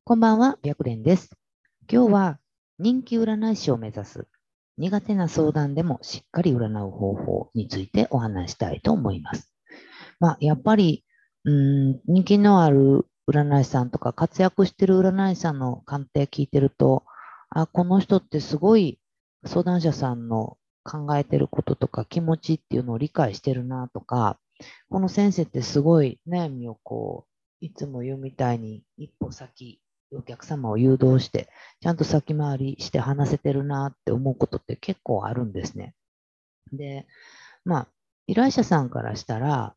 こんばんは、白蓮です。今日は人気占い師を目指す苦手な相談でもしっかり占う方法についてお話したいと思います。やっぱり、人気のある占い師さんとか活躍してる占い師さんの鑑定聞いてると、この人ってすごい相談者さんの考えてることとか気持ちっていうのを理解してるなとか、この先生ってすごい悩みをいつも言うみたいに一歩先、お客様を誘導して、ちゃんと先回りして話せてるなって思うことって結構あるんですね。で、まあ、依頼者さんからしたら、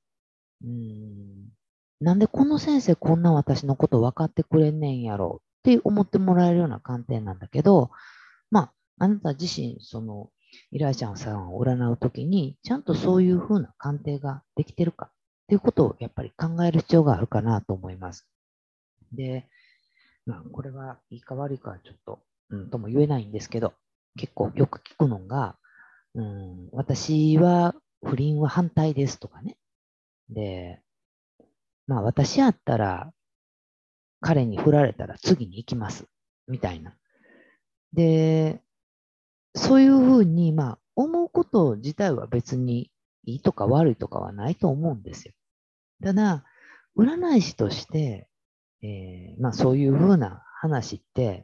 なんでこの先生こんな私のこと分かってくれんねんやろって思ってもらえるような観点なんだけど、あなた自身、依頼者さんを占うときに、ちゃんとそういうふうな鑑定ができてるかっていうことをやっぱり考える必要があるかなと思います。で、これはいいか悪いかはちょっと、とも言えないんですけど、結構よく聞くのが、私は不倫は反対ですとかね。で、私やったら彼に振られたら次に行きます。みたいな。で、そういうふうに、思うこと自体は別にいいとか悪いとかはないと思うんですよ。ただ、占い師として、そういうふうな話って、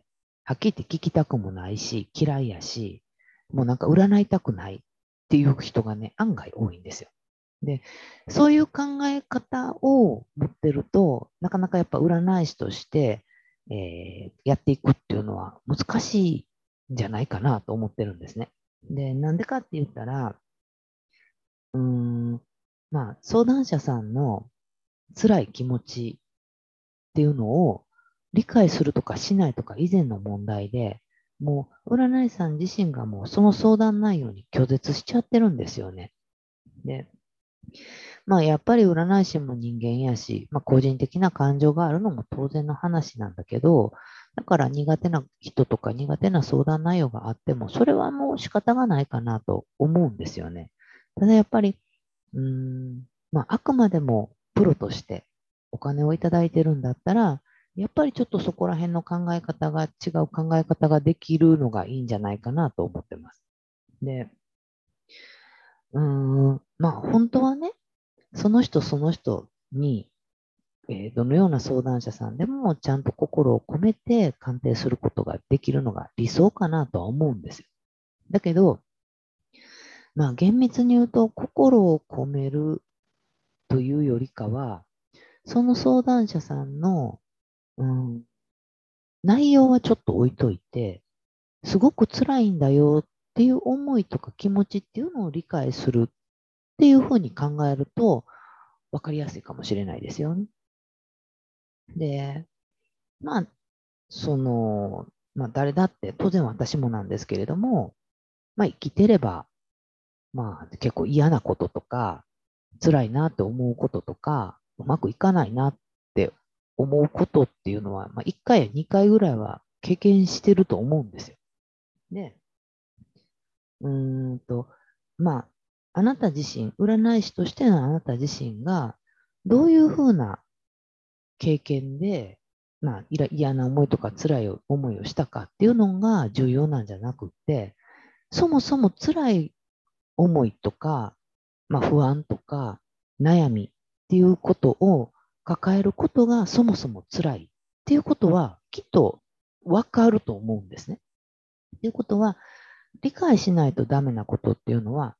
はっきり言って聞きたくもないし、嫌いやし、もうなんか占いたくないっていう人がね、案外多いんですよ。で、そういう考え方を持ってると、なかなかやっぱ占い師として、やっていくっていうのは難しいんじゃないかなと思ってるんですね。で、なんでかって言ったら、うーん、相談者さんの辛い気持ちっていうのを理解するとかしないとか以前の問題で、もう占い師さん自身がもうその相談内容に拒絶しちゃってるんですよね。で、やっぱり占い師も人間やし、個人的な感情があるのも当然の話なんだけど、だから苦手な人とか苦手な相談内容があっても、それはもう仕方がないかなと思うんですよね。ただやっぱり、あくまでもプロとしてお金をいただいてるんだったら、やっぱりちょっとそこら辺の考え方が違う考え方ができるのがいいんじゃないかなと思ってます。で、本当はね、その人その人に、どのような相談者さんでもちゃんと心を込めて鑑定することができるのが理想かなとは思うんですよ。だけど、厳密に言うと心を込めるというよりかは、その相談者さんの、うん、内容はちょっと置いといて、すごく辛いんだよっていう思いとか気持ちっていうのを理解するっていうふうに考えると分かりやすいかもしれないですよね。で、まあ、誰だって、当然私もなんですけれども、生きてれば、結構嫌なこととか、辛いなって思うこととか、うまくいかないなって思うことっていうのは、1回や2回ぐらいは経験してると思うんですよ。で、うーんと、まあ、あなた自身、占い師としてのあなた自身が、どういうふうな経験で、嫌な思いとか辛い思いをしたかっていうのが重要なんじゃなくって、そもそも辛い思いとか、不安とか悩みっていうことを抱えることがそもそも辛いっていうことはきっとわかると思うんですね。っていうことは、理解しないとダメなことっていうのは、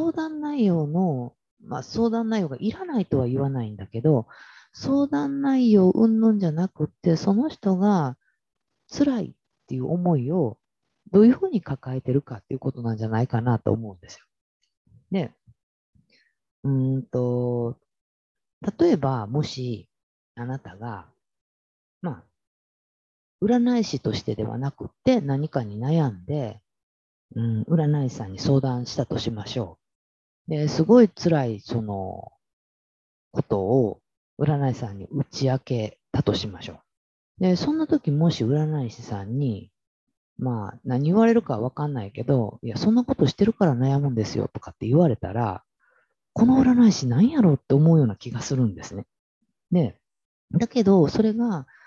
相談内容がいらないとは言わないんだけど、相談内容云々じゃなくって、その人が辛いっていう思いをどういうふうに抱えてるかっていうことなんじゃないかなと思うんですよ。で、うーんと、例えば、もし、あなたが、まあ、占い師としてではなくって何かに悩んで、占い師さんに相談したとしましょう。で、すごい辛い、ことを占い師さんに打ち明けたとしましょう。で、そんな時もし占い師さんに、何言われるかわかんないけど、いや、そんなことしてるから悩むんですよとかって言われたら、この占い師何やろうって思うような気がするんですね。で、だけど、それが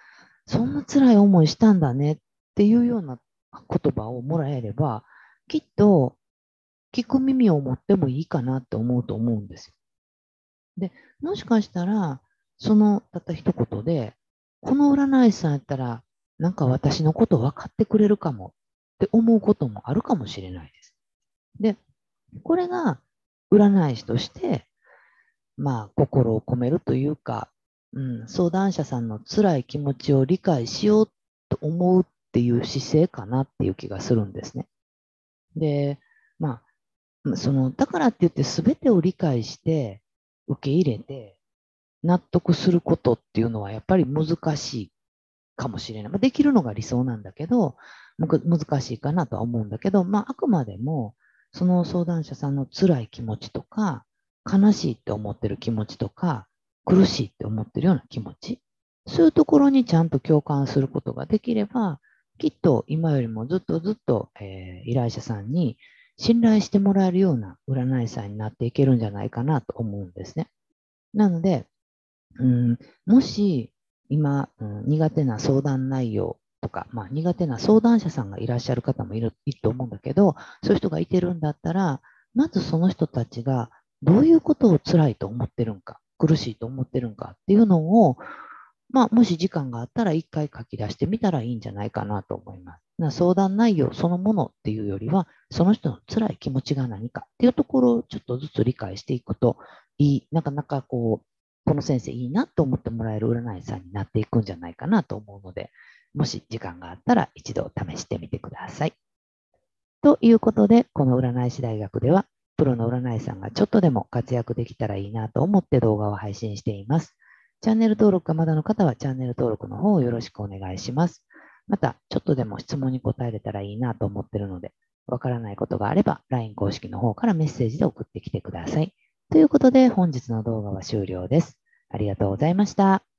そんな辛い思いしたんだねっていうような言葉をもらえれば、きっと聞く耳を持ってもいいかなって思うと思うんですよ。で、もしかしたら、そのたった一言で、この占い師さんやったら、なんか私のこと分かってくれるかもって思うこともあるかもしれないです。で、これが占い師として、心を込めるというか、相談者さんの辛い気持ちを理解しようと思うっていう姿勢かなっていう気がするんですね。で、まだからって言って全てを理解して受け入れて納得することっていうのはやっぱり難しいかもしれない。できるのが理想なんだけど、難しいかなとは思うんだけど、あくまでも、その相談者さんの辛い気持ちとか、悲しいって思ってる気持ちとか、苦しいって思ってるような気持ち、そういうところにちゃんと共感することができれば、きっと今よりもずっとずっと、依頼者さんに信頼してもらえるような占い師さんになっていけるんじゃないかなと思うんですね。なので、うん、もし今、苦手な相談内容とか、苦手な相談者さんがいらっしゃる方もいると思うんだけど、そういう人がいてるんだったら、まずその人たちがどういうことを辛いと思ってるんか、苦しいと思ってるんかっていうのを、もし時間があったら一回書き出してみたらいいんじゃないかなと思います。相談内容そのものっていうよりは、その人の辛い気持ちが何かっていうところをちょっとずつ理解していくとなかなかこの先生いいなと思ってもらえる占い師さんになっていくんじゃないかなと思うので、もし時間があったら一度試してみてください。ということで、この占い師大学では、プロの占い師さんがちょっとでも活躍できたらいいなと思って動画を配信しています。チャンネル登録がまだの方はチャンネル登録の方をよろしくお願いします。また、ちょっとでも質問に答えれたらいいなと思っているので、わからないことがあれば LINE 公式の方からメッセージで送ってきてください。ということで、本日の動画は終了です。ありがとうございました。